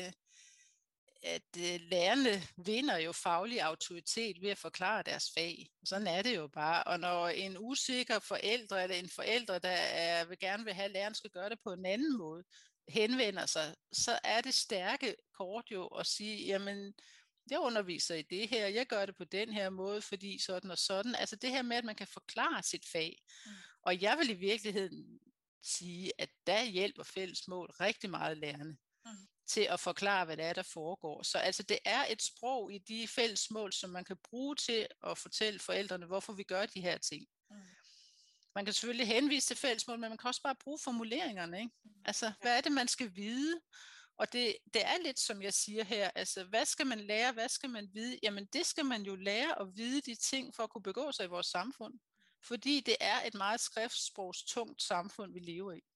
lærerne vinder jo faglig autoritet ved at forklare deres fag. Sådan er det jo bare. Og når en usikker forældre eller en forældre, der gerne vil have, at læreren skal gøre det på en anden måde, henvender sig, så er det stærke kort jo at sige, jamen, jeg underviser i det her, jeg gør det på den her måde, fordi sådan og sådan. Altså det her med, at man kan forklare sit fag. Og jeg vil i virkeligheden sige, at der hjælper fællesmål rigtig meget lærerne til at forklare, hvad det er, der foregår. Så altså, det er et sprog i de fællesmål, som man kan bruge til at fortælle forældrene, hvorfor vi gør de her ting. Man kan selvfølgelig henvise til fællesmål, men man kan også bare bruge formuleringerne, ikke? Altså, hvad er det, man skal vide? Og det er lidt, som jeg siger her, altså, hvad skal man lære, hvad skal man vide? Jamen, det skal man jo lære at vide de ting, for at kunne begå sig i vores samfund. Fordi det er et meget skriftsprogstungt samfund, vi lever i.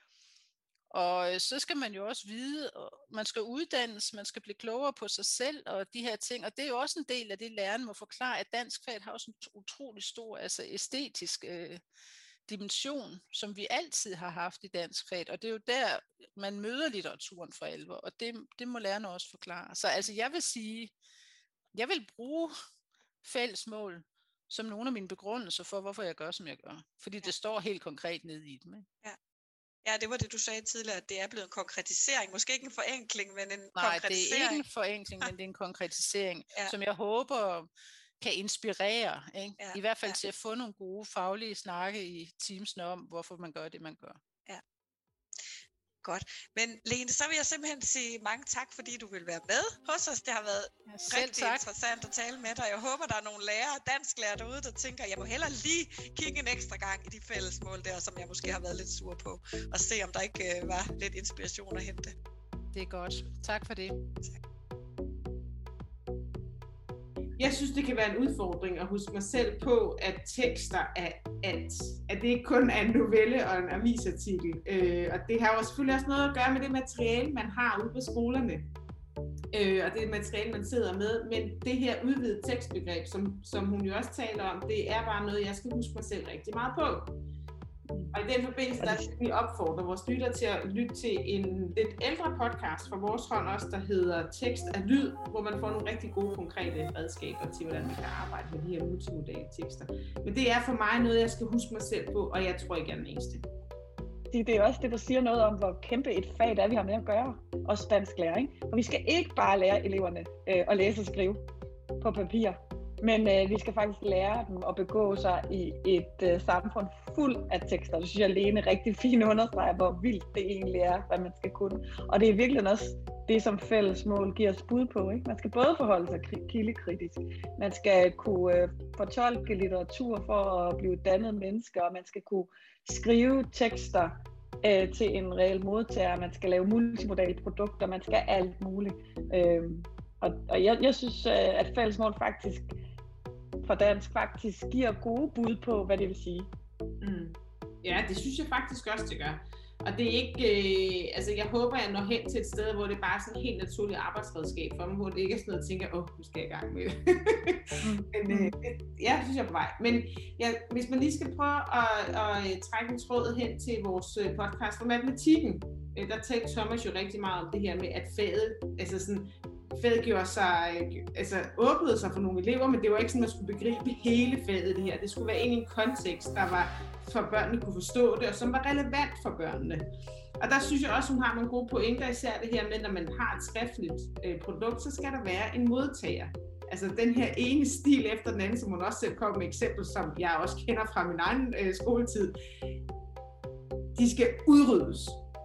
Og så skal man jo også vide, man skal uddannes, man skal blive klogere på sig selv og de her ting. Og det er jo også en del af det, læreren må forklare, at dansk fag har også en utrolig stor æstetisk dimension, som vi altid har haft i dansk fag. Og det er jo der, man møder litteraturen for alvor, og det må lærerne også forklare. Så altså jeg vil sige, jeg vil bruge fællesmål som nogle af mine begrundelser for, hvorfor jeg gør, som jeg gør. Fordi det står helt konkret nede i dem. Ikke? Ja. Ja, det var det, du sagde tidligere, at det er blevet en konkretisering. Måske ikke en forenkling, men en konkretisering. Nej, det er ikke en forenkling, men det er en konkretisering, som jeg håber kan inspirere. Ikke? Ja, i hvert fald til at få nogle gode faglige snakke i teamsene om, hvorfor man gør det, man gør. Ja. Godt. Men Lene, så vil jeg simpelthen sige mange tak, fordi du vil være med hos os. Det har været rigtig interessant at tale med dig. Jeg håber, der er nogle lærere, dansklærer derude, der tænker, jeg må hellere lige kigge en ekstra gang i de fællesmål der, som jeg måske har været lidt sur på, og se, om der ikke var lidt inspiration at hente. Det er godt. Tak for det. Tak. Jeg synes, det kan være en udfordring at huske mig selv på, at tekster er alt. At det ikke kun er en novelle og en avisartikel. Og det har jo selvfølgelig også noget at gøre med det materiale, man har ude på skolerne. og det er materiale, man sidder med, men det her udvidede tekstbegreb, som hun jo også taler om, det er bare noget, jeg skal huske mig selv rigtig meget på. Og i den forbindelse, der skal vi opfordre vores lytter til at lytte til en lidt ældre podcast fra vores hånd også, der hedder Tekst af Lyd, hvor man får nogle rigtig gode, konkrete redskaber til, hvordan man kan arbejde med de her multimodale tekster. Men det er for mig noget, jeg skal huske mig selv på, og jeg tror ikke, jeg er den eneste. Det er også det, der siger noget om, hvor kæmpe et fag det er, vi har med at gøre, også dansk læring. Og vi skal ikke bare lære eleverne at læse og skrive på papir, men vi skal faktisk lære dem at begå sig i et samfund fuld af tekster. Det synes jeg, Lene rigtig fint understreger, hvor vildt det egentlig er, hvad man skal kunne. Og det er virkelig også det, som fælles mål giver os bud på. Ikke? Man skal både forholde sig kildekritisk, man skal kunne fortolke litteratur for at blive dannet mennesker, og man skal kunne skrive tekster til en reel modtager, man skal lave multimodale produkter, man skal alt muligt. Og jeg synes, at fælles mål faktisk for dansk faktisk giver gode bud på, hvad det vil sige. Ja, det synes jeg faktisk også, det gør. Og det er ikke, altså jeg håber, jeg når hen til et sted, hvor det bare er sådan et helt naturligt arbejdsredskab for mig, hvor det ikke er sådan noget, jeg tænker, nu skal jeg i gang med det. Men ja, det synes jeg er på vej. Men ja, hvis man lige skal prøve at trække en tråd hen til vores podcast for matematikken, der talte Thomas jo rigtig meget om det her med, at faget gjorde sig, åbnede sig for nogle elever, men det var ikke sådan, at man skulle begribe hele faget det her. Det skulle være en kontekst, der var for børnene kunne forstå det, og som var relevant for børnene. Og der synes jeg også, hun har nogle gode pointer, især det her med, når man har et skriftligt produkt, så skal der være en modtager. Altså den her ene stil efter den anden, som hun også selv kom med eksempel, som jeg også kender fra min egen skoletid, de skal udryddes.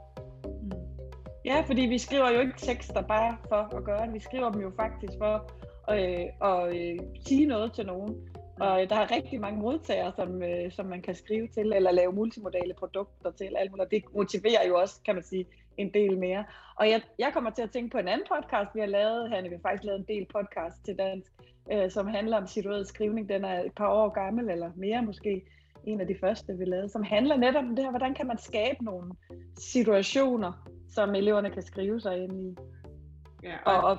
Ja, fordi vi skriver jo ikke tekster bare for at gøre det. Vi skriver dem jo faktisk for at sige noget til nogen. Og der er rigtig mange modtagere, som man kan skrive til, eller lave multimodale produkter til. Alt muligt. Det motiverer jo også, kan man sige, en del mere. Og jeg kommer til at tænke på en anden podcast, vi har lavet. Hanne, vi har faktisk lavet en del podcast til dansk, som handler om situeret skrivning. Den er et par år gammel, eller mere måske. En af de første, vi lavede, som handler netop om det her, hvordan kan man skabe nogle situationer, som eleverne kan skrive sig ind i. Ja, og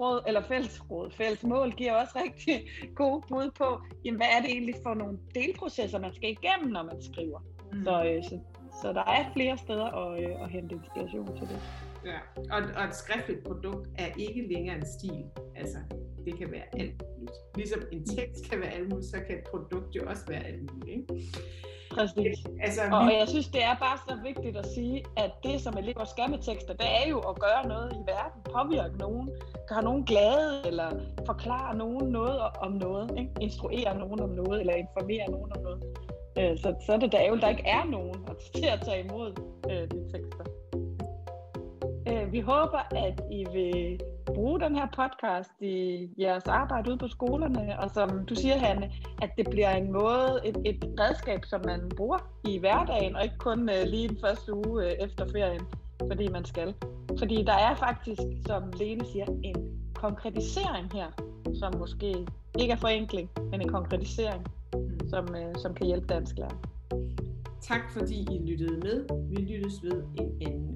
fælles mål giver også rigtig gode bud på, jamen, hvad er det egentlig for nogle delprocesser, man skal igennem, når man skriver. Så der er flere steder at hente inspiration til det. Ja, og et skriftligt produkt er ikke længere en stil. Altså, det kan være alt muligt. Ligesom en tekst kan være alt muligt, så kan et produkt jo også være alt muligt, ikke? Præcis. Altså, og jeg synes, det er bare så vigtigt at sige, at det, som elever skal med tekster, det er jo at gøre noget i verden, påvirke nogen, gøre nogen glade, eller forklare nogen noget om noget, ikke? Instruere nogen om noget, eller informere nogen om noget. Så er det da ærgerligt, der ikke er nogen til at tage imod de tekster. Vi håber, at I vil bruge den her podcast i jeres arbejde ude på skolerne, og som du siger, Hanne, at det bliver en måde, et redskab, som man bruger i hverdagen, og ikke kun lige den første uge efter ferien, fordi man skal. Fordi der er faktisk, som Lene siger, en konkretisering her, som måske ikke er forenkling, men en konkretisering, som kan hjælpe dansk læring. Tak fordi I lyttede med. Vi lyttes ved en anden